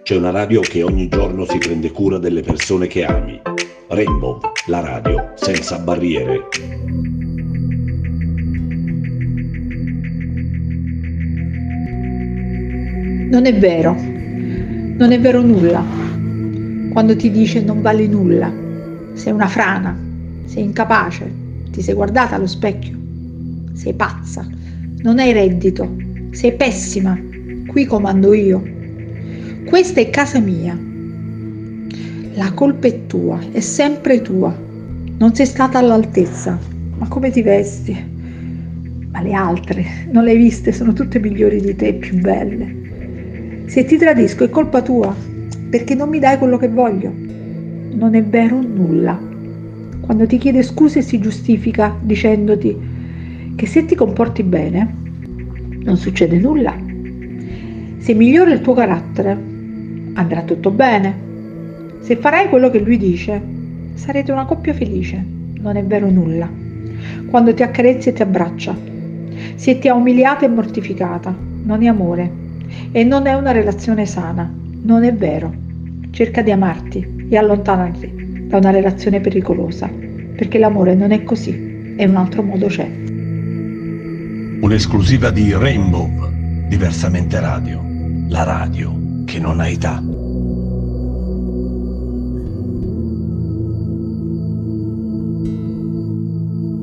C'è una radio che ogni giorno si prende cura delle persone che ami. Rainbow, la radio senza barriere. Non è vero, non è vero nulla. Quando ti dice non vali nulla, sei una frana, sei incapace, ti sei guardata allo specchio, sei pazza, non hai reddito, sei pessima, qui comando io. Questa è casa mia. La colpa è tua, è sempre tua. Non sei stata all'altezza. Ma come ti vesti? Ma le altre, non le hai viste, sono tutte migliori di te, più belle. Se ti tradisco è colpa tua, perché non mi dai quello che voglio. Non è vero nulla. Quando ti chiede scuse si giustifica dicendoti che se ti comporti bene non succede nulla. Se migliora il tuo carattere andrà tutto bene. Se farai quello che lui dice sarete una coppia felice. Non è vero nulla. Quando ti accarezzi e ti abbraccia, se ti ha umiliata e mortificata, non è amore. E non è una relazione sana, non è vero. Cerca di amarti e allontanarti da una relazione pericolosa, perché l'amore non è così, e un altro modo c'è. Un'esclusiva di Rainbow, Diversamente Radio, la radio che non ha età.